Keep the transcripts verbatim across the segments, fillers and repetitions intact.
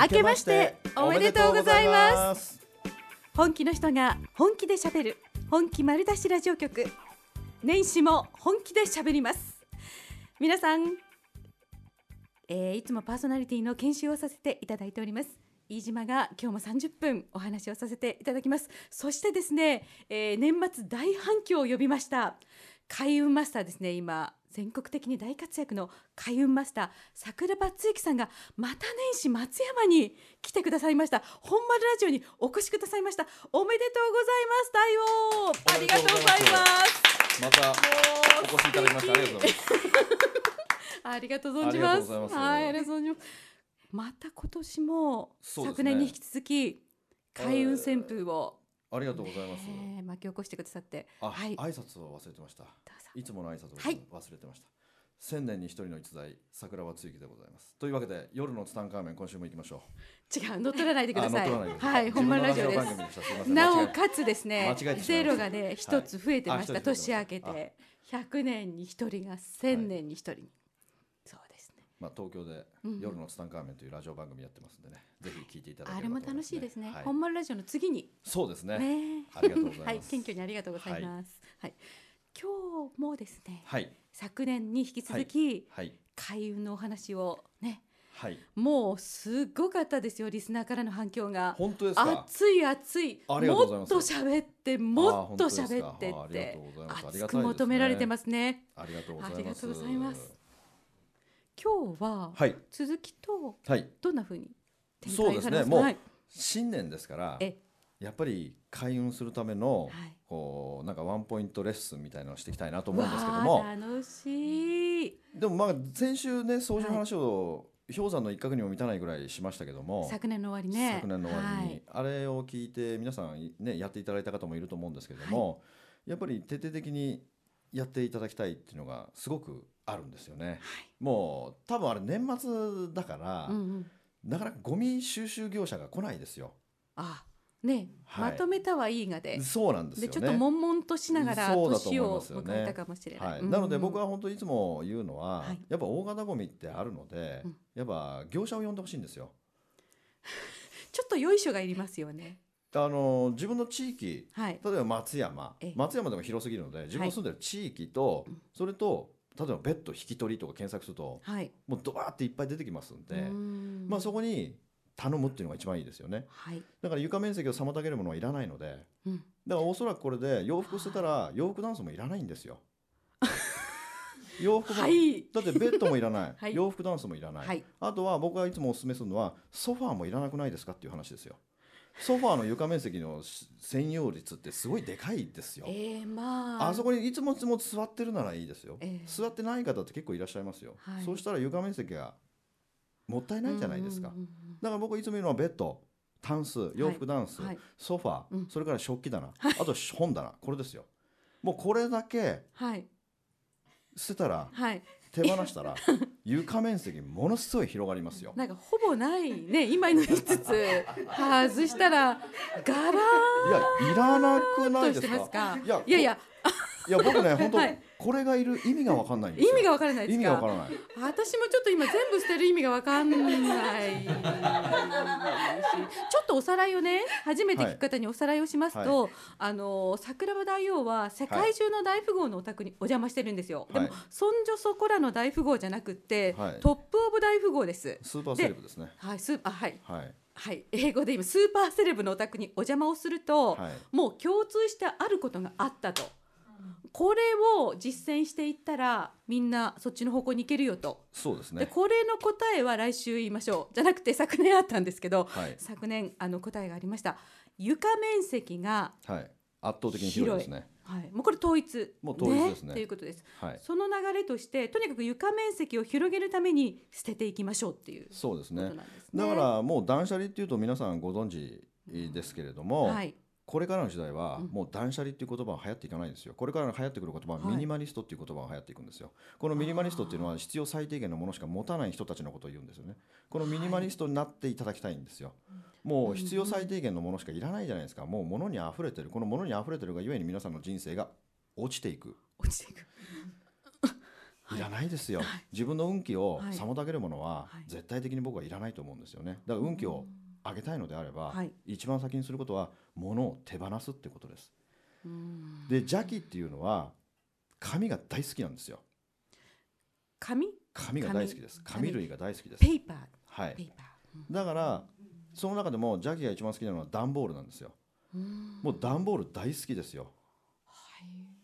明けましておめでとうございます。本気の人が本気で喋る本気丸出しラジオ局、年始も本気で喋ります。皆さん、えー、いつもパーソナリティの研修をさせていただいております飯島が今日もさんじゅっぷんお話をさせていただきます。そしてですね、えー、年末大反響を呼びました開運マスターですね。今全国的に大活躍の開運マスター桜庭つゆきさんがまた年始松山に来てくださいました。本丸ラジオにお越しくださいました。おめでとうございます。大王ありがとうございます。 またお越しいただきましてありがとうございますありがとう存じます。はい、ありがとう存じます。また今年も昨年に引き続き開運旋風をありがとうございます、 ね、巻き起こしてくださって、 あ、 はい、 挨拶を忘れてました。いつもの挨拶を忘れてました、はい、千年に一人の逸材桜庭つゆきでございます。というわけで夜のツタンカーメン今週も行きましょう。 違う、乗っ取らないでください。はい、本番ラジオです。 なおかつですね、ゼロがね一つ増えてました、はい、年明けてひゃくねんに一人が千年に一人に、はい、そうですね、 まあ、東京で夜のツタンカーメンというラジオ番組やってますんでね、うん、ぜひ聞いていただければと思います、ね、 あれも楽しいですね、 はい、 本番ラジオの次に。 そうですね、 ね、 ありがとうございます、 はい、謙虚にありがとうございます、はいはい、今日もですね、はい、昨年に引き続き、はいはい、開運のお話をね、はい、もうすごかったですよ。リスナーからの反響が。 本当ですか。 熱い熱い、もっと喋ってもっと喋ってって熱く求められてますね。 ありがとうございます。 ありがとうございます。今日は続きとどんな風に展開されますか。 そうですね、もう新年ですからやっぱり開運するための、はい、こうなんかワンポイントレッスンみたいなのをしていきたいなと思うんですけども。 楽しい。 でもまあ先週ね掃除の話を氷山の一角にも満たないぐらいしましたけども、 昨年の終わりね、 昨年の終わりに、はい、あれを聞いて皆さんねやっていただいた方もいると思うんですけども、はい、やっぱり徹底的にやっていただきたいっていうのがすごくあるんですよね、はい、もう多分あれ年末だから、うんうん、なかなかゴミ収集業者が来ないですよ。 あね、はい、まとめたはいいがで、 そうなんですよね。 でちょっと悶々としながら年を迎えたかもしれない、 はい、なので僕は本当にいつも言うのは、はい、やっぱ大型ゴミってあるので、うん、やっぱ業者を呼んでほしいんですよちょっとよいしょがいりますよね。 あの自分の地域、はい、例えば松山松山でも広すぎるので自分の住んでる地域と、はい、それと例えばベッド引き取りとか検索すると、はい、もうドバーっていっぱい出てきますんで、んまあそこに頼むっていうのが一番いいですよね、はい、だから床面積を妨げるものはいらないので、うん、だからおそらくこれで洋服捨てたら洋服ダンスもいらないんですよ洋服も、はい、だってベッドもいらない、はい、洋服ダンスもいらない、はい、あとは僕がいつもお勧めするのはソファーもいらなくないですかっていう話ですよ。ソファーの床面積の占有率ってすごいでかいですよ、えーまあ、あそこにいつもいつも座ってるならいいですよ、えー、座ってない方って結構いらっしゃいますよ、はい、そうしたら床面積がもったいないじゃないですか、うんうんうん、だから僕いつも言うのはベッド、タンス、洋服ダンス、はい、ソファー、うん、それから食器棚、はい、あと本棚、これですよ。もうこれだけ捨てたら、はい、手放したら床面積ものすごい広がりますよ。 なんかほぼないね、今の言いつつ外したらガラーいやいらなくないですか。 ますか。いやいやいやいや僕ね本当、はい、ここれがいる意味が分かんないんですよ。 意味が分からないですか。 意味が分からない。 私もちょっと今全部捨てる意味が分かんないし、ちょっとおさらいをね、初めて聞く方におさらいをしますと、はい、あの桜庭大王は世界中の大富豪のお宅にお邪魔してるんですよ、はい、でもそんじょそこらの大富豪じゃなくって、はい、トップオブ大富豪です。 スーパーセレブですね。 はい、スーパー、はい、はいはい、英語で今スーパーセレブのお宅にお邪魔をすると、はい、もう共通してあることがあったと。これを実践していったらみんなそっちの方向に行けるよと。そうですね。でこれの答えは来週言いましょうじゃなくて昨年あったんですけど、はい、昨年あの答えがありました。床面積が広い、はい、圧倒的に広いですね、はい、もうこれ統一もう統一ですねということです、はい、その流れとしてとにかく床面積を広げるために捨てていきましょうっていうことなんですね。そうですね。 だからもう断捨離っていうと皆さんご存知ですけれども、うん、はい、これからの時代はもう断捨離っていう言葉は流行っていかないんですよ。これから流行ってくる言葉はミニマリストっていう言葉が流行っていくんですよ。このミニマリストっていうのは必要最低限のものしか持たない人たちのことを言うんですよね。このミニマリストになっていただきたいんですよ。もう必要最低限のものしかいらないじゃないですか。もう物に溢れてる。この物に溢れてるがゆえに皆さんの人生が落ちていく。 落ちていくいらないですよ、はい、自分の運気を妨げるものは絶対的に僕はいらないと思うんですよね。だから運気を上げたいのであれば、はい、一番先にすることは物を手放すってことです。うん、で邪気っていうのは紙が大好きなんですよ。 紙紙が大好きです。紙類が大好きです。 ペーパー、 はい、 ペーパーだからその中でも邪気が一番好きなのは段ボールなんですよ。もう段ボール大好きですよ。はい、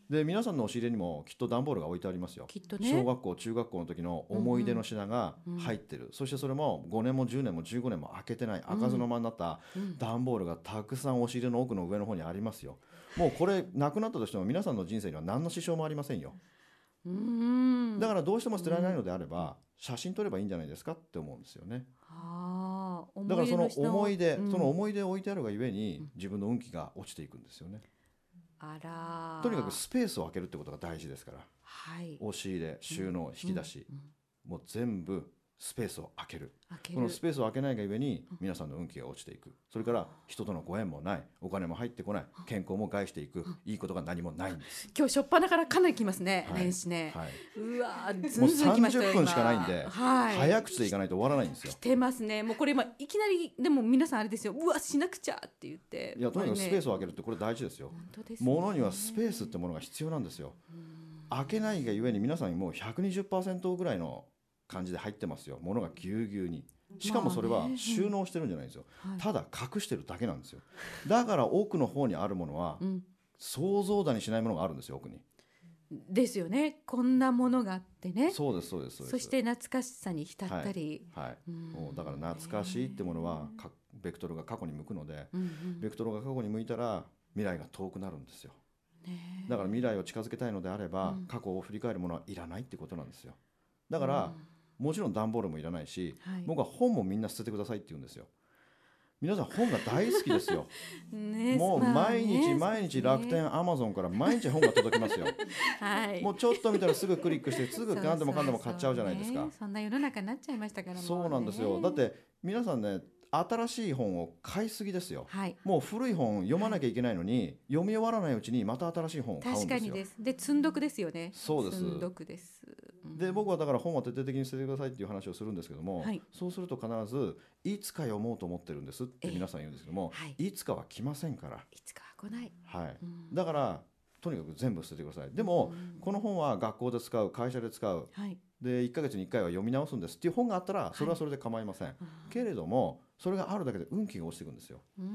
で皆さんの押し入れにもきっと段ボールが置いてありますよ。 きっとね、 小学校中学校の時の思い出の品が入ってる、うんうん、そしてそれもごねんもじゅうねんもじゅうごねんも開けてない開かずの間になった段ボールがたくさん押し入れの奥の上の方にありますよ。もうこれなくなったとしても皆さんの人生には何の支障もありませんよ。うーん、だからどうしても捨てられないのであれば、写真撮ればいいんじゃないですかって思うんですよね。 あ、 だからその思い出、うん、その思い出を置いてあるがゆえに自分の運気が落ちていくんですよね。 あら、 とにかくスペースを空けるってことが大事ですから、 はい、 押し入れ、収納、引き出し、うんうんうん、もう全部スペースを空ける。 開ける。 このスペースを空けないがゆえに皆さんの運気が落ちていく。それから人とのご縁もない、お金も入ってこない、健康も害していく、いいことが何もないんです。 今日初っ端からかなり来ますね、 はい、 年始ね、 はい、 うわずんずん来ましたよ。もうさんじゅっぷんしかないんで、 はい、 早口でいかないと終わらないんですよ。 来てますね。もうこれ今いきなりでも皆さんあれですよ、うわしなくちゃって言って、 いやとにかくスペースを空けるってこれ大事ですよ。 本当ですね、 物にはスペースってものが必要なんですよ。開けないがゆえに皆さんもう ひゃくにじゅっパーセント ぐらいの感じで入ってますよ。物がぎゅうぎゅうに。しかもそれは収納してるんじゃないんですよ、まあね、ただ隠してるだけなんですよ。だから奥の方にあるものは、うん、想像だにしないものがあるんですよ、奥に。 ですよね。こんなものがあってね。 そうですそうですそうです。 そして懐かしさに浸ったり、 はいはい、もうだから懐かしいってものはベクトルが過去に向くので、うんうん、ベクトルが過去に向いたら未来が遠くなるんですよ、ね、だから未来を近づけたいのであれば、うん、過去を振り返るものはいらないってことなんですよ。だから、うんもちろん段ボールもいらないし、はい、僕は本もみんな捨ててくださいって言うんですよ。皆さん本が大好きですよ、ね、もう毎日毎日楽天アマゾンから毎日本が届きますよ、はい、もうちょっと見たらすぐクリックしてすぐ何でもかんでも買っちゃうじゃないですか。 そうそうそう、ね、そんな世の中になっちゃいましたから。もうね、 そうなんですよ。だって皆さんね新しい本を買いすぎですよ、はい、もう古い本読まなきゃいけないのに、はい、読み終わらないうちにまた新しい本を買うんですよ。 確かにです。で積んどくですよね。 そうです、 積んどくです、 うん、で僕はだから本は徹底的に捨ててくださいっていう話をするんですけども、はい、そうすると必ずいつか読もうと思ってるんですって皆さん言うんですけども、えーはい、いつかは来ませんから。 いつかは来ない、 はい、うん、だからとにかく全部捨ててください。でも、うん、この本は学校で使う、会社で使う、はい、でいっかげつにいっかいは読み直すんですっていう本があったらそれはそれで構いません、はい、けれどもそれがあるだけで運気が落ちていくんですよ。うん、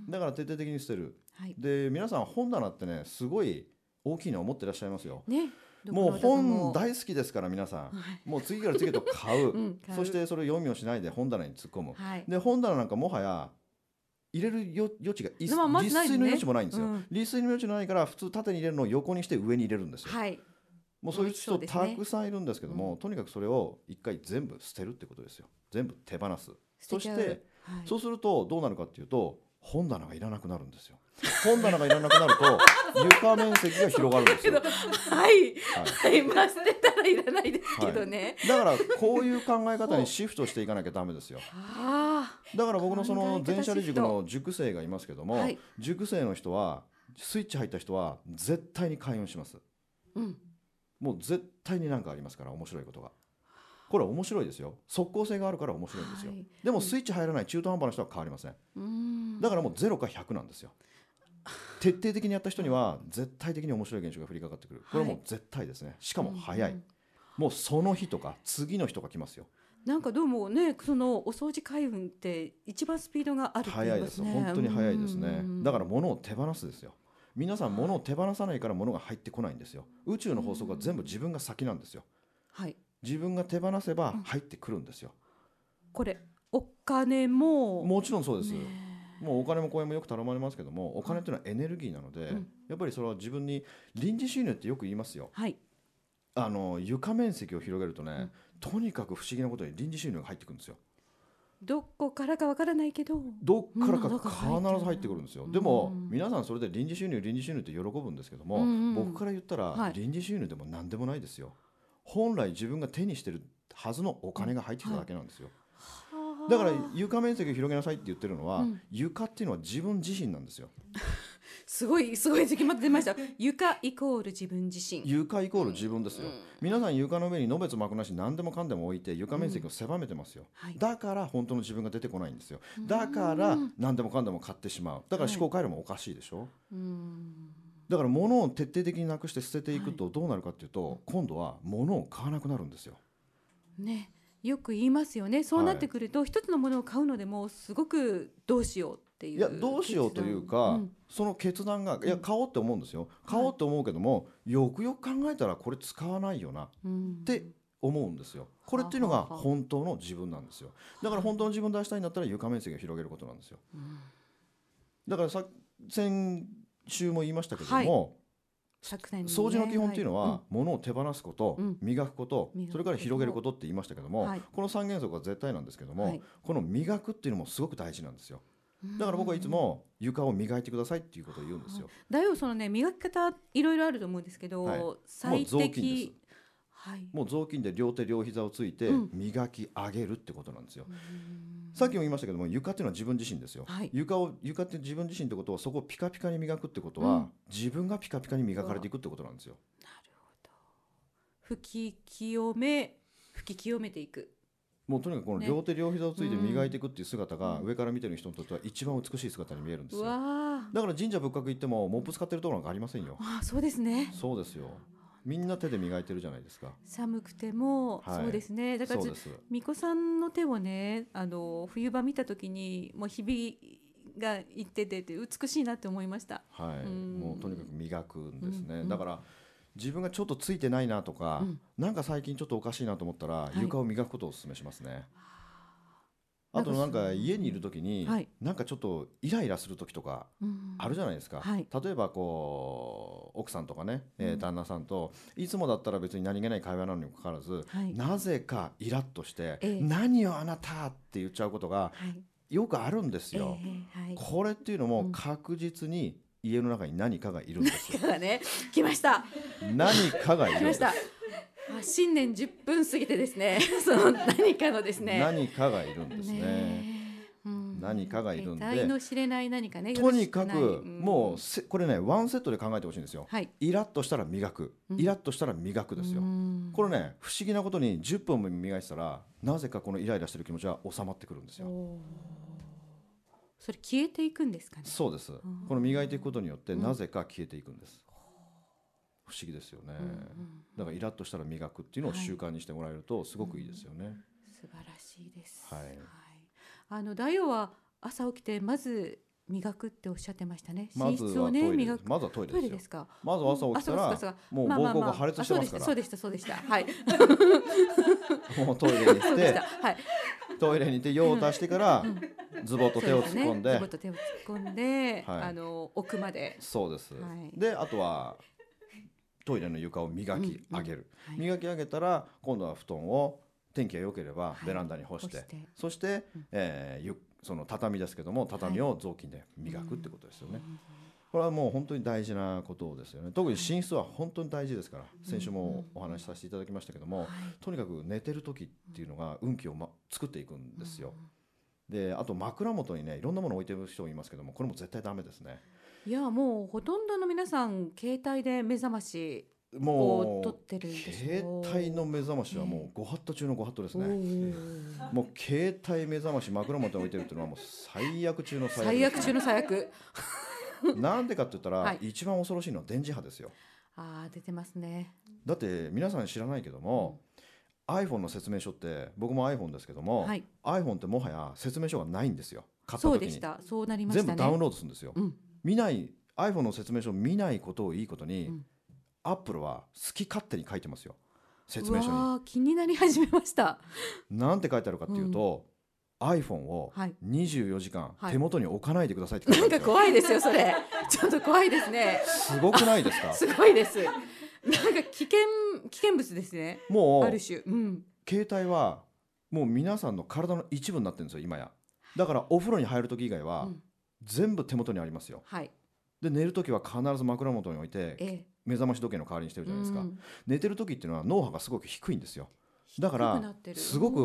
だから徹底的に捨てる、はい、で皆さん本棚ってねすごい大きいのを持ってらっしゃいますよ、ね、もう本大好きですから皆さん、はい、もう次から次へと買 う,、うん、買うそしてそれを読みをしないで本棚に突っ込む、はい、で本棚なんかもはや入れる余地が一まあ、 立水の余地もないんですよ、うん、立水の余地ないから普通縦に入れるのを横にして上に入れるんですよ、はい、もうそういう人たくさんいるんですけども、うん、とにかくそれを一回全部捨てるってことですよ。全部手放す。そして、はい、そうするとどうなるかっていうと本棚がいらなくなるんですよ。本棚がいらなくなると床面積が広がるんですよ。 はい、はい、まあ捨てたらいらないですけどね、 はい、だからこういう考え方にシフトしていかなきゃダメですよ。だから僕のその全社理塾の塾生がいますけども、はい、塾生の人はスイッチ入った人は絶対に開運します、うん、もう絶対に何かありますから面白いことが。これは面白いですよ。即効性があるから面白いんですよ、はい、でもスイッチ入らない中途半端な人は変わりません。うーん、だからもうゼロかひゃくなんですよ。徹底的にやった人には絶対的に面白い現象が降りかかってくる。これはもう絶対ですね。しかも早い、うんうん、もうその日とか次の日とか来ますよ。 なんかどうもね、そのお掃除開運って一番スピードがあるって言いますね。 早いです。本当に早いですね。だから物を手放すですよ。皆さん物を手放さないから物が入ってこないんですよ。宇宙の法則は全部自分が先なんですよ、はい、自分が手放せば入ってくるんですよ、 うん、これお金ももちろんそうです、ね、もうお金もコインもよく頼まれますけども、お金っていうのはエネルギーなので、うん、やっぱりそれは自分に臨時収入ってよく言いますよ、はい、あの床面積を広げるとね、うん、とにかく不思議なことに臨時収入が入ってくるんですよ。 どこからかわからないけどどっからか必ず入ってくるんですよ、うん、でも皆さんそれで臨時収入臨時収入って喜ぶんですけども、うんうん、僕から言ったら、はい、臨時収入でも何でもないですよ。本来自分が手にしてるはずのお金が入ってきただけなんですよ、はい、だから床面積を広げなさいって言ってるのは、うん、床っていうのは自分自身なんですよすごいすごい決まってました。床イコール自分自身。 床イコール自分ですよ、うん、皆さん床の上にのべつ幕なし何でもかんでも置いて床面積を狭めてますよ、うんはい、だから本当の自分が出てこないんですよ。だから何でもかんでも買ってしまう。だから思考回路もおかしいでしょ、はい、うんだから物を徹底的になくして捨てていくとどうなるかっていうと、はい、今度は物を買わなくなるんですよね。よく言いますよね。そうなってくると、はい、一つのものを買うのでもすごくどうしようっていう、 いやどうしようというか、うん、その決断がいや買おうって思うんですよ。買おうって思うけども、はい、よくよく考えたらこれ使わないよなって思うんですよ。これっていうのが本当の自分なんですよ。だから本当の自分を出したいんだったら床面積を広げることなんですよ、うん、だからさ先週も言いましたけども、はいね、掃除の基本っていうのは、はい、物を手放すこと、うん、磨くこと、それから広げることって言いましたけども、はい、この三原則は絶対なんですけども、はい、この磨くっていうのもすごく大事なんですよ。だから僕はいつも床を磨いてくださいっていうことを言うんですよ。 だいぶそのね磨き方いろいろあると思うんですけど、はい、最適もう雑巾です、はい、もう雑巾で両手両膝をついて磨き上げるってことなんですよ、うん、さっきも言いましたけども床っていうのは自分自身ですよ、はい、床を床って自分自身ってことはそこをピカピカに磨くってことは、うん、自分がピカピカに磨かれていくってことなんですよ。 なるほど。吹き清め吹き清めていく。 もうとにかくこの両手両膝をついて磨いていくっていう姿が上から見てる人にとっては一番美しい姿に見えるんですよ。だから神社仏閣行ってもモップ使ってるところなんかありませんよ。 ああ、そうですね。 そうですよ。みんな手で磨いてるじゃないですか。 寒くても、はい、そうですね。だから巫女さんの手をね、あの冬場見た時にもう日々がいっててて美しいなって思いました。 はい。もうとにかく磨くんですね。うん、だから自分がちょっとついてないなとか、うん、なんか最近ちょっとおかしいなと思ったら、はい、床を磨くことをお勧めしますね。あとなんか家にいる時に、はい、なんかちょっとイライラする時とかあるじゃないですか、はい、例えばこう奥さんとかね、えー、旦那さんといつもだったら別に何気ない会話なのにもかかわらず、はい、なぜかイラッとして、えー、何よあなたって言っちゃうことがよくあるんですよ、えーはい、これっていうのも確実に家の中に何かがいるんですよ。 何かがね、来ました。 何かがいるんです。 新年じゅっぷん過ぎてですねその何かのですね何かがいるんですね。ね、うん、何かがいるんで、 得体の知れない何かね、 とにかく、うん、もうせこれねワンセットで考えてほしいんですよ、はい、イラッとしたら磨く、イラッとしたら磨くですよ、うん、これね不思議なことにじゅっぷんも磨いてたらなぜかこのイライラしてる気持ちは収まってくるんですよ。 それ消えていくんですかね。 そうです。この磨いていくことによってなぜか消えていくんです、不思議ですよね、うんうんうん、だからイラッとしたら磨くっていうのを習慣にしてもらえるとすごくいいですよね、はい、うん、 素晴らしいです、 はいはい、 あの大王は朝起きてまず磨くっておっしゃってましたね。 まずはトイレ、ね、まずはトイレですよ。ですか。まず朝起きたら、うん、もう膀胱が破裂してますから、 そうでしたそうでしたそうでしたはいもうトイレに行って、はい、トイレに行って用を足してから、うん、ズボッと手を突っ込んで、ね、 ズボッと手を突っ込んで、はい、あの奥まで、 そうです、はい、であとはトイレの床を磨き上げる、うんうん、はい、磨き上げたら今度は布団を天気が良ければベランダに干して、はい、してそして、うん、えー、ゆその畳ですけども畳を雑巾で磨くってことですよね、はい、これはもう本当に大事なことですよね。特に寝室は本当に大事ですから、先週もお話しさせていただきましたけども、はい、とにかく寝てる時っていうのが運気を、ま、作っていくんですよ。であと枕元にねいろんなものを置いてる人もいますけども、これも絶対ダメですね。 いやもうほとんどの皆さん携帯で目覚ましを取ってるんですよ。 もう携帯の目覚ましはもうご法度中のご法度ですね、もう携帯目覚まし枕元に置いてるっていうのはもう最悪中の最悪、 最悪中の最悪なんでかって言ったら、はい、一番恐ろしいのは電磁波ですよ。 あー出てますね。 だって皆さん知らないけども、うん、iPhone の説明書って僕も iPhone ですけども、はい、iPhone ってもはや説明書がないんですよ。買った時にそうでした。そうなりましたね。 全部ダウンロードするんですよ、うん、見ない iPhone の説明書を見ないことをいいことに、うん、アップルは好き勝手に書いてますよ、説明書に。 うわ気になり始めました。 なんて書いてあるかっていうと、うん、iPhone をにじゅうよじかん手元に置かないでくださいって書いてあるんですよ、はい、 なんか怖いですよそれちょっと怖いですね。 すごくないですかすごいです。なんか危険危険物ですね。 もうある種、うん、 携帯はもう皆さんの体の一部になってるんですよ今や。だからお風呂に入る時以外は、うん、全部手元にありますよ、はい、で寝る時は必ず枕元に置いて、ええ、目覚まし時計の代わりにしてるじゃないですか、うん、寝てる時っていうのは脳波がすごく低いんですよ。だからすごく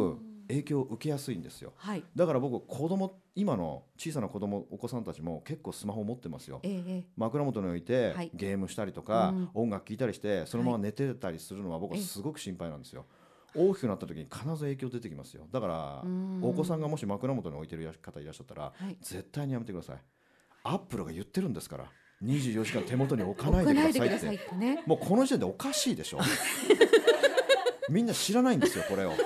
影響を受けやすいんですよ、 はい、 だから僕子供今の小さな子供お子さんたちも結構スマホを持ってますよ、ええ、枕元に置いて、はい、ゲームしたりとか、うん、音楽聴いたりしてそのまま寝てたりするのは僕はすごく心配なんですよ、大きくなった時に必ず影響出てきますよ。だからお子さんがもし枕元に置いてる方いらっしゃったら、はい、絶対にやめてください。アップルが言ってるんですからにじゅうよじかん手元に置かないでくださいって、ね、もうこの時点でおかしいでしょみんな知らないんですよこれを。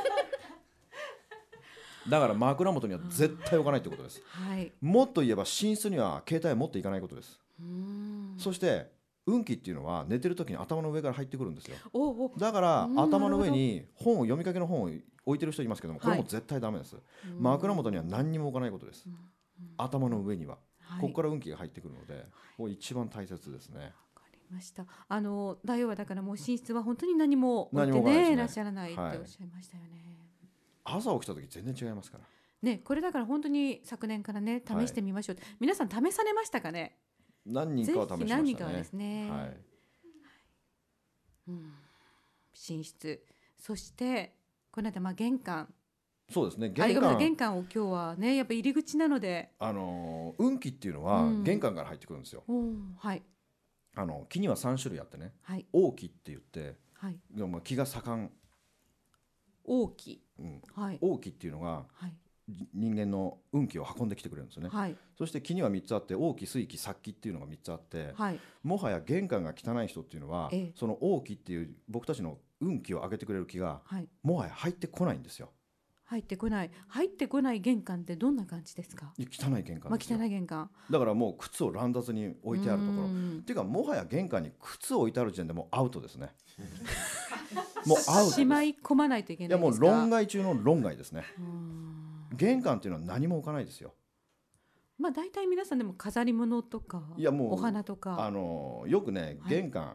だから枕元には絶対置かないってことです、はい、もっと言えば寝室には携帯を持っていかないことです。うーん、そして運気っていうのは寝てる時に頭の上から入ってくるんですよ。おうおう、だから頭の上に本を読みかけの本を置いてる人いますけども、これも絶対ダメです、はい、枕元には何にも置かないことです。頭の上には、はい、ここから運気が入ってくるので、これ一番大切ですね。 わかりました。あの大王はだからもう寝室は本当に何も置いてねいらっしゃらないっておっしゃいましたよね、 はい、朝起きた時全然違いますからね。これだから本当に昨年からね試してみましょう、はい、皆さん試されましたかね。 何人かは試しましたね。 何人かはですね、はい、うん、寝室、そしてこの間まあ玄関、 そうですね、 玄関、玄関を今日はねやっぱ入り口なので、 あの運気っていうのは玄関から入ってくるんですよ、うん、はい、あの木にはさん種類あってね、はい、王木って言って、はい、でも木が盛ん、 王木、 うん、はい、王木っていうのが、はい、人間の運気を運んできてくれるんですよね、はい、そして木にはみっつあって、王気、水気、殺気っていうのがみっつあって、はい、もはや玄関が汚い人っていうのは、ええ、その王気っていう僕たちの運気を上げてくれる気が、はい、もはや入ってこないんですよ。 入ってこない入ってこない玄関ってどんな感じですか。 いや汚い玄関ですよ、 まあ、汚い玄関だからもう靴を乱雑に置いてあるところっていうか、もはや玄関に靴を置いてある時点でもうアウトですねもうアウトです。 しまい込まないといけないですか。 いやもう論外中の論外ですね。玄関っていうのは何も置かないですよ。 まあ大体皆さんでも飾り物とか、いやもうお花とか、 あのよくね、玄関、はい、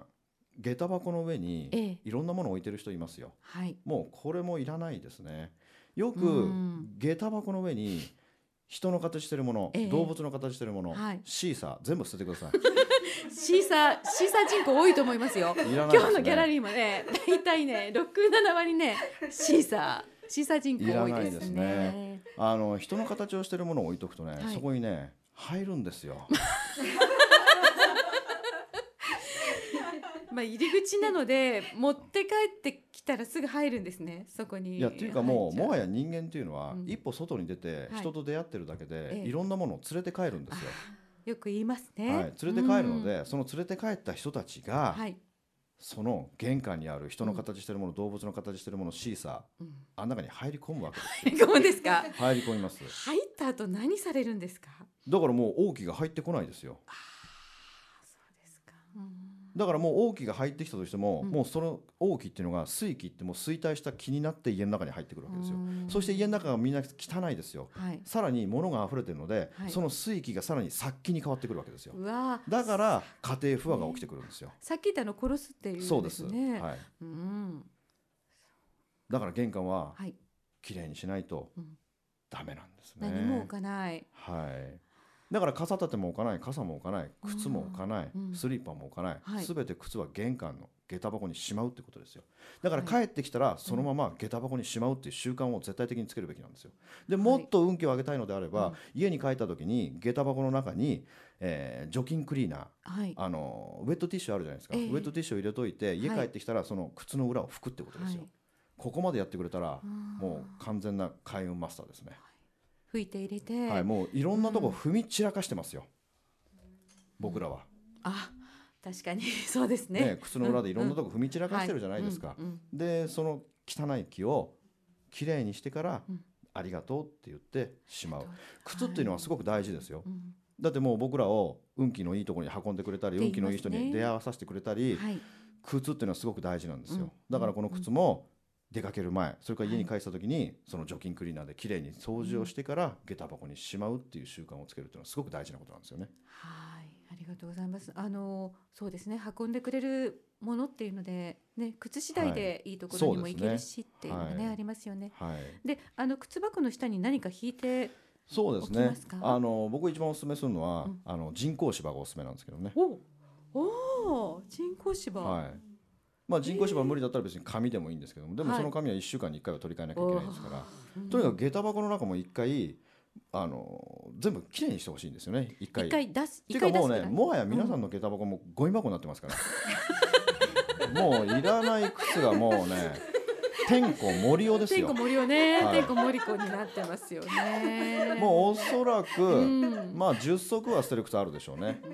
下駄箱の上にいろんなものを置いてる人いますよ、はい、もうこれもいらないですね。よく下駄箱の上に人の形してるもの、ええ、動物の形してるもの、はい、シーサー全部捨ててくださいシーサー、シーサー人口多いと思いますよ。いらないですね。今日のギャラリーもね大体ねろく、ななわりねシーサーシーサー人口多いですね。いらないですね。 あの人の形をしてるものを置いとくとね、はい、そこにね入るんですよまあ入り口なので持って帰ってきたらすぐ入るんですね、そこに。 いやっていうかもうもはや人間っていうのは、うん、一歩外に出て人と出会ってるだけで、はい、いろんなものを連れて帰るんですよ。 よく言いますね、 はい、連れて帰るので、うん、その連れて帰った人たちが、はい、その玄関にある人の形してるもの、うん、動物の形してるもの、シーサー、うん、あん中に入り込むわけですよ。 入り込むんですか。 入り込みます。 入った後何されるんですか。 だからもう王気が入ってこないですよ。あ、 そうですか、うん、 だからもう王気が入ってきたとしても、うん、もうその王気っていうのが水気ってもう衰退した気になって家の中に入ってくるわけですよ。そして家の中がみんな汚いですよ、はい、さらに物が溢れてるので、はい、その水気がさらに殺気に変わってくるわけですよ。うわ、だから家庭不和が起きてくるんですよ、 ね、さっき言ったの殺すっていう、ね、 そうです、はい、うん、だから玄関はきれいにしないとダメなんですね、 何も置かない、 はい、だから傘立ても置かない、傘も置かない、靴も置かない、うん、スリッパも置かない、はい、全て靴は玄関の下駄箱にしまうってことですよ。だから帰ってきたらそのまま下駄箱にしまうっていう習慣を絶対的につけるべきなんですよ。でもっと運気を上げたいのであれば、はい、家に帰った時に下駄箱の中に、えー、除菌クリーナー、はい、あのウェットティッシュあるじゃないですか、えー、ウェットティッシュを入れといて家帰ってきたらその靴の裏を拭くってことですよ、はい、ここまでやってくれたらもう完全な開運マスターですね。 拭いて入れて、 はい、もういろんなとこ踏み散らかしてますよ、うん、僕らは。 あ、確かにそうです ね, ね、靴の裏でいろんなとこ踏み散らかしてるじゃないですか、うんうんはい、でその汚い木をきれいにしてから、うん、ありがとうって言ってしまう。靴っていうのはすごく大事ですよ、はい、だってもう僕らを運気のいいところに運んでくれたり、運気のいい人に出会わさせてくれたり、はい、靴っていうのはすごく大事なんですよ、うん、だからこの靴も出かける前、それから家に帰った時に、はい、その除菌クリーナーできれいに掃除をしてから下駄箱にしまうっていう習慣をつけるっていうのはすごく大事なことなんですよね。 はい、ありがとうございます。あのそうですね、運んでくれるものっていうので、ね、靴次第でいいところにも行けるし、はい、っていうのが、ねはい、ありますよね、はい、であの靴箱の下に何か引いてそうですね、あの僕一番おすすめするのは、うん、あの人工芝がおすすめなんですけどね。 おお、人工芝、 はい、 まあ、人工芝無理だったら別に紙でもいいんですけども、でもその紙はいっしゅうかんにいっかいは取り替えなきゃいけないですから、はい、とにかく下駄箱の中もいっかいあの全部きれいにしてほしいんですよね。いっかいいっかい出す。 っていうかもうね、もはや皆さんの下駄箱もゴミ箱になってますから、うん、もういらない靴がもうねてんこ盛りおですよ。 てんこ盛りおね、はい、てんこ盛りこになってますよね。 もうおそらく、うん、まあじゅっそくは捨てる靴あるでしょうね。うん、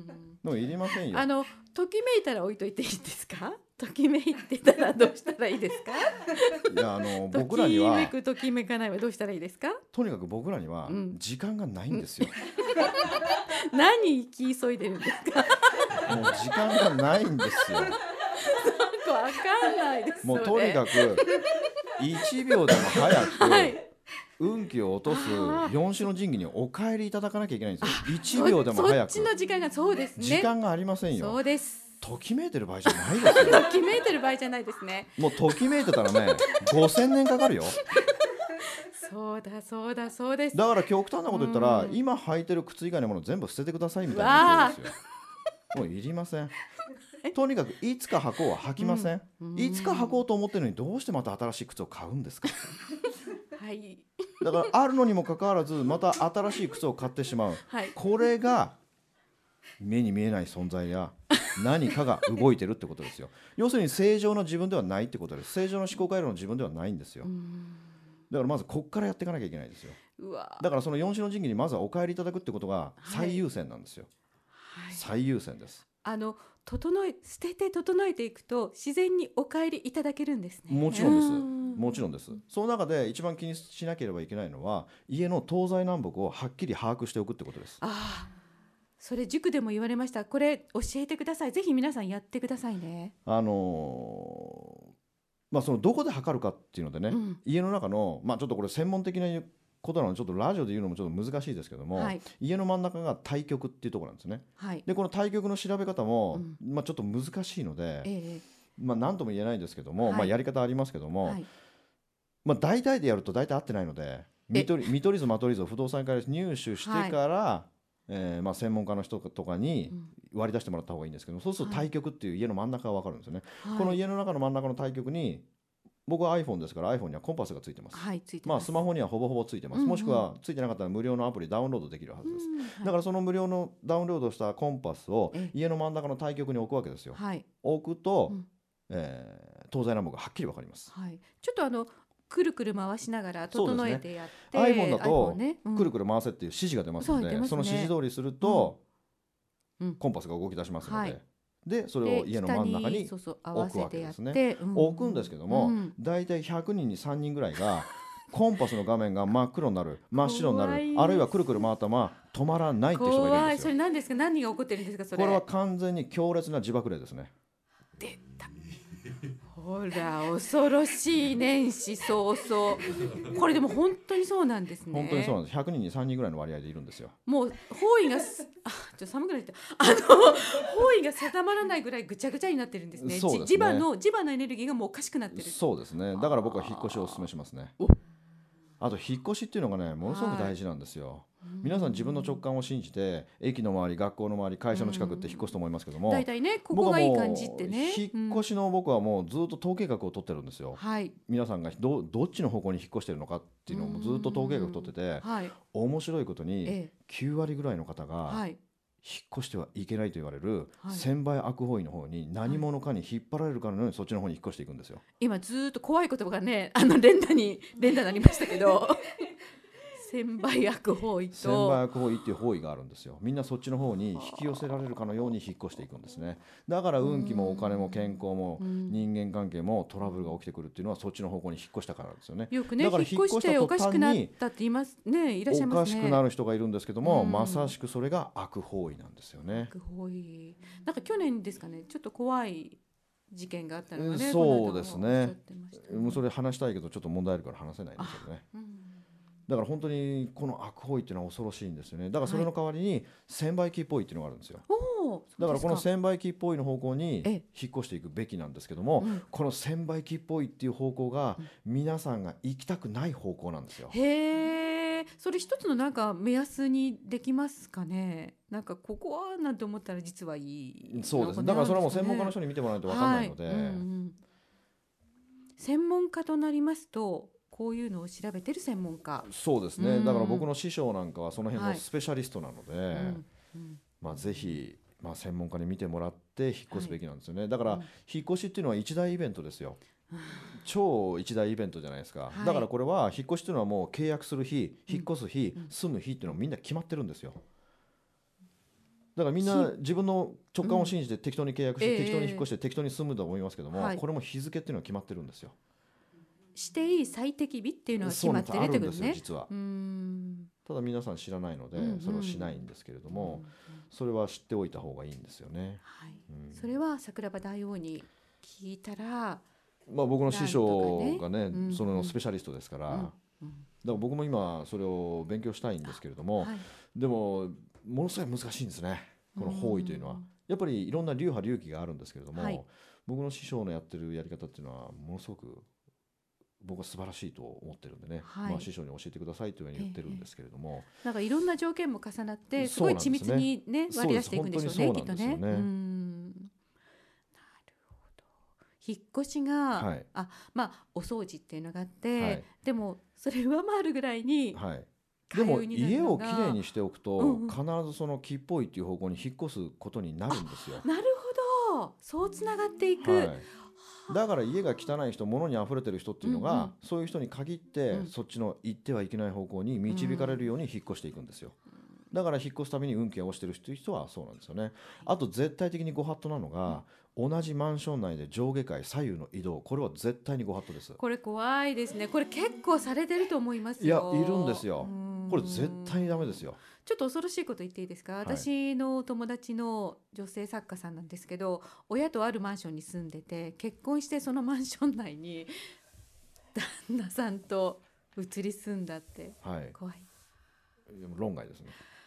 でもいりませんよ。 あのときめいたら置いといていいですか？ときめいてたらどうしたらいいですか？ いや、あの僕らにはときめくときめかないはどうしたらいいですか？ とにかく僕らには時間がないんですよ。 うん、何行き急いでるんですか？ もう時間がないんですよ。 わかんないです。 もうとにかくいちびょうでも早く、はい、運気を落とす四種の神器にお帰りいただかなきゃいけないんですよ。いちびょうでも早く。 そっちの時間がそうですね。 時間がありませんよ。 そうです。 ときめいてる場合じゃないですよ。 ときめいてる場合じゃないですね。 もうときめいてたらねごせんねんかかるよ。 そうだそうだそうです。 だから極端なこと言ったら、うん、今履いてる靴以外のもの全部捨ててくださいみたいなことですよ。もういりません。とにかくいつか履こうは履きません、うん、いつか履こうと思ってるのにどうしてまた新しい靴を買うんですか？ はい、 だからあるのにもかかわらずまた新しい靴を買ってしまう、はい、これが目に見えない存在や何かが動いてるってことですよ。要するに正常な自分ではないってことです。正常な思考回路の自分ではないんですよ。だからまずこっからやっていかなきゃいけないですよ。うわ、だからその四種の神器にまずはお帰りいただくってことが最優先なんですよ、はい、最優先です。 あの整え捨てて整えていくと自然にお帰りいただけるんですね。 もちろんです。もちろんです。その中で一番気にしなければいけないのは家の東西南北をはっきり把握しておくってことです。 ああ、それ塾でも言われました。これ教えてください。ぜひ皆さんやってくださいね。 あのー、まあそのどこで測るかっていうのでね、うん、家の中のまあちょっとこれ専門的なことなのでちょっとラジオで言うのもちょっと難しいですけども、はい、家の真ん中が対極っていうところなんですね、はい、でこの対極の調べ方も、うんまあ、ちょっと難しいので、えーまあ、何とも言えないんですけども、はいまあ、やり方ありますけども、はいまあ、大体でやると大体合ってないので見取り、見取り図間取り図を不動産から入手してから、はいえーまあ、専門家の人とかに割り出してもらった方がいいんですけど、うん、そうすると対極っていう家の真ん中が分かるんですよね、はい、この家の中の真ん中の対極に僕は iPhone ですから iPhone にはコンパスがついてます、はい、ついてます。まあ、スマホにはほぼほぼついてます、うんうん、もしくはついてなかったら無料のアプリダウンロードできるはずです、うんはい、だからその無料のダウンロードしたコンパスを家の真ん中の対極に置くわけですよ、はい、置くと、うんえー、東西南北がはっきり分かります、はい、 ちょっとあのくるくる回しながら整えてやって、 ね、iPhone だと、ねうん、くるくる回せっていう指示が出ますので、 そ, ね、その指示通りすると、うん、コンパスが動き出しますので、はいでそれを家の真ん中に置くわけですね。置くんですけども、うん、だいたいひゃくにんにさんにんぐらいがコンパスの画面が真っ黒になる真っ白になるあるいはくるくる回ったまま止まらないっていう人がいるんですよ。 それ何ですか？何が起こってるんですか？それこれは完全に強烈な自爆霊ですね。 出たほら恐ろしい年始早々これでも本当にそうなんですね。 本当にそうなんです。ひゃくにんにさんにんぐらいの割合でいるんですよ。 もう方位があちょっと寒くなってあの方位が定まらないぐらいぐちゃぐちゃになってるんですね。そうですね。磁場の磁場のエネルギーがもうおかしくなってる。 そうですね。だから僕は引っ越しをお勧めしますね。あと引っ越しっていうのがねものすごく大事なんですよ。皆さん自分の直感を信じて駅の周り学校の周り会社の近くって引っ越すと思いますけども、 大体ねここがいい感じってね。 引っ越しの僕はもうずっと統計学を取ってるんですよ、はい、皆さんが ど, どっちの方向に引っ越してるのかっていうのをずっと統計学取ってて、はい、面白いことにきゅうわりぐらいの方が、はい引っ越してはいけないと言われる専売悪法医の方に何者かに引っ張られるかのようにそっちの方に引っ越していくんですよ。 今ずっと怖い言葉がねあの連打に連打になりましたけど専売悪法医と専売悪法医っていう法医があるんですよ。みんなそっちの方に引き寄せられるかのように引っ越していくんですね。だから運気もお金も健康も人間関係もトラブルが起きてくるっていうのはそっちの方向に引っ越したからですよね。 よくねだから引っ越しておかしくなったって言いますね。いらっしゃいますね。 おかしくなる人がいるんですけども、まさしくそれが悪法医なんですよね。 悪法医なんか去年ですかねちょっと怖い事件があったのがね。 そうですね。もうそれ話したいけどちょっと問題あるから話せないんですけどね。だから本当にこの悪法医っていうのは恐ろしいんですよね。だからそれの代わりに専売機っぽいっていうのがあるんですよ。はい、だからこの専売機っぽいの方向に引っ越していくべきなんですけども、うん、この専売機っぽいっていう方向が皆さんが行きたくない方向なんですよ。 へーそれ一つのなんか目安にできますかね。なんかここはなんて思ったら実はいい。 そうですね。だからそれはもう専門家の人に見てもらわないと分かんないので、はい、うんうん、 専門家となりますとこういうのを調べてる専門家。 そうですね、うん、だから僕の師匠なんかはその辺のスペシャリストなので、はい、うんうん、まあ、ぜひ、まあ、専門家に見てもらって引っ越すべきなんですよね、はい、だから引っ越しっていうのは一大イベントですよ、うん、超一大イベントじゃないですか、はい、だからこれは引っ越しっていうのはもう契約する日、引っ越す日、うん、住む日っていうのはみんな決まってるんですよ。だからみんな自分の直感を信じて適当に契約して、うん、適当に引っ越して適当に住むと思いますけども、はい、これも日付っていうのは決まってるんですよ。 していい最適日っていうのは決まってるってことね。 そうなんですよ、実は。うーん、ただ皆さん知らないので、うんうん、それをしないんですけれども、うんうん、それは知っておいた方がいいんですよね、 はい、うん、それは桜庭大王に聞いたら、 まあ、僕の師匠がね、ね、そのスペシャリストですから、うんうん、だから僕も今それを勉強したいんですけれども、はい、でもものすごい難しいんですね、この方位というのは。やっぱりいろんな流派流儀があるんですけれども、はい、僕の師匠のやってるやり方っていうのはものすごく僕は素晴らしいと思ってるんでね、はい、まあ、師匠に教えてくださいというふうに言ってるんですけれども、 えー、なんかいろんな条件も重なってすごい緻密に、ね、割り出していくんでしょうね、きっとね。うん、なるほど。引っ越しが、はい、あ、まあ、お掃除っていうのがあって、はい、でもそれ上回るぐらいに、はい、 でも家をきれいにしておくと、うんうん、必ずその木っぽいっていう方向に引っ越すことになるんですよ。 なるほど、そうつながっていく、はい、 だから家が汚い人、物にあふれてる人っていうのが、うんうん、そういう人に限って、うん、そっちの行ってはいけない方向に導かれるように引っ越していくんですよ。だから引っ越すために運気が落ちてる人はそうなんですよね。あと絶対的にご法度なのが、うん、同じマンション内で上下階左右の移動、これは絶対にご法度です。 これ怖いですね。これ結構されてると思いますよ。 いや、いるんですよ。これ絶対にダメですよ。 ちょっと恐ろしいこと言っていいですか、はい、私の友達の女性作家さんなんですけど、親とあるマンションに住んでて、結婚してそのマンション内に旦那さんと移り住んだって、はい、怖い。 でも論外ですね。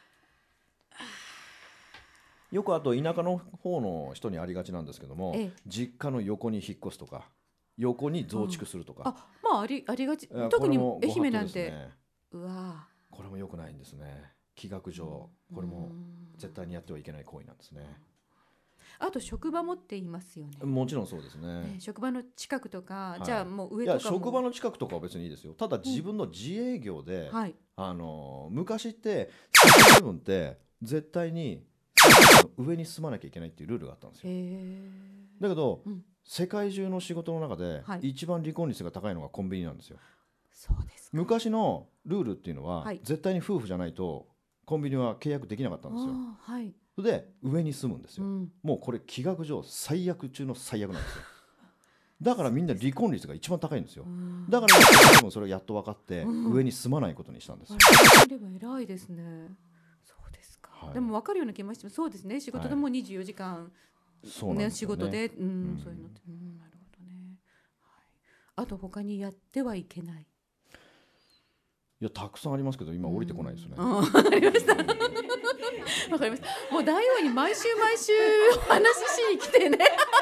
よくあと田舎の方の人にありがちなんですけども、ええ、実家の横に引っ越すとか横に増築するとか、 うん、あ、まあ、あり、ありがち。特に愛媛なんて、ね、うわ、 これも良くないんですね。気学上これも絶対にやってはいけない行為なんですね。 あと職場もって言いますよね。 もちろんそうですね、 ね、職場の近くとか、はい、じゃあもう上とかも。いや、職場の近くとかは別にいいですよ。ただ自分の自営業で、うん、はい、あの昔って部分って絶対に上に住まなきゃいけないっていうルールがあったんですよ。へー。だけど、うん、世界中の仕事の中で一番離婚率が高いのがコンビニなんですよ。 そうですか。 昔のルールっていうのは、はい、絶対に夫婦じゃないとコンビニは契約できなかったんですよ。はい、で上に住むんですよ、うん、もうこれ気学上最悪中の最悪なんですよ。だからみんな離婚率が一番高いんですよ。だから多分それをやっと分かって、うん、上に住まないことにしたんですよ。 でも偉いですね。そうですか、はい、でも分かるような気もしても、そうですね、仕事でもにじゅうよじかん、はいね、仕事で、うんうん、そういうのって、うん、なるほどね、はい、あと他にやってはいけない、 いや、たくさんありますけど今降りてこないですね。 わかりましたわかりました。もう大王に毎週毎週お話ししに来てね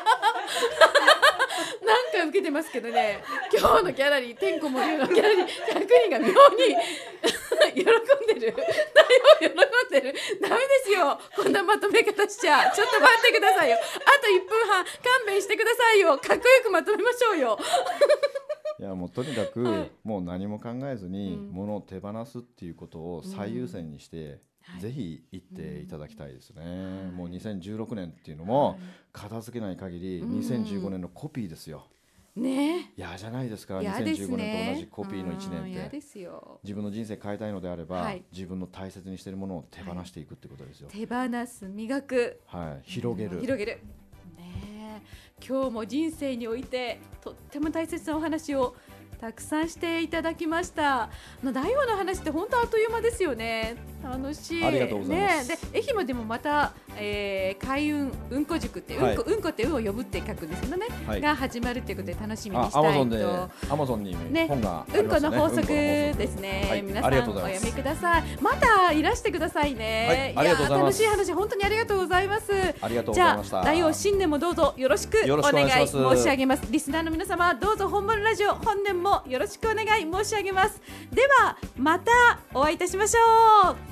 何回受けてますけどね、今日のギャラリー、てんこ盛りのギャラリーひゃくにんが妙に喜んでる、大王喜んでる。ダメですよ、こんなまとめ方しちゃ。ちょっと待ってくださいよ、あといっぷんはん勘弁してくださいよ、かっこよくまとめましょうよいや、もうとにかく、はい、もう何も考えずに物を手放すっていうことを最優先にして、うん、ぜひ行っていただきたいですね、うん、もうにせんじゅうろくねんっていうのも片付けない限りにせんじゅうごねんのコピーですよ、ね、嫌じゃないですか。にせんじゅうごねんと同じコピーのいちねんって。 ですよ。 自分の人生変えたいのであれば、はい、自分の大切にしているものを手放していくってことですよ、 はい、手放す、磨く、はい、 広げる、 広げる、ね、今日も人生においてとっても大切なお話をたくさんしていただきました。大王の話って本当あっという間ですよね。楽しい。 ありがとうございます。 ね、で愛媛でもまた、えー、開運うんこ塾って、はい、うんこうんこって運を呼ぶって書くんですけどね、はい、が始まるということで楽しみにしたいと。 アマゾンでアマゾンに本がありますね。 うんこの法則ですね。はい、皆さんお読みください。またいらしてくださいね。はい、ありがとうございます。いや、楽しい話本当にありがとうございます。 ありがとうございました。 じゃあ大王新年もどうぞよろしくお願い申し上げます。リスナーの皆様どうぞ本物ラジオ本年ももよろしくお願い申し上げます。ではまたお会いいたしましょう。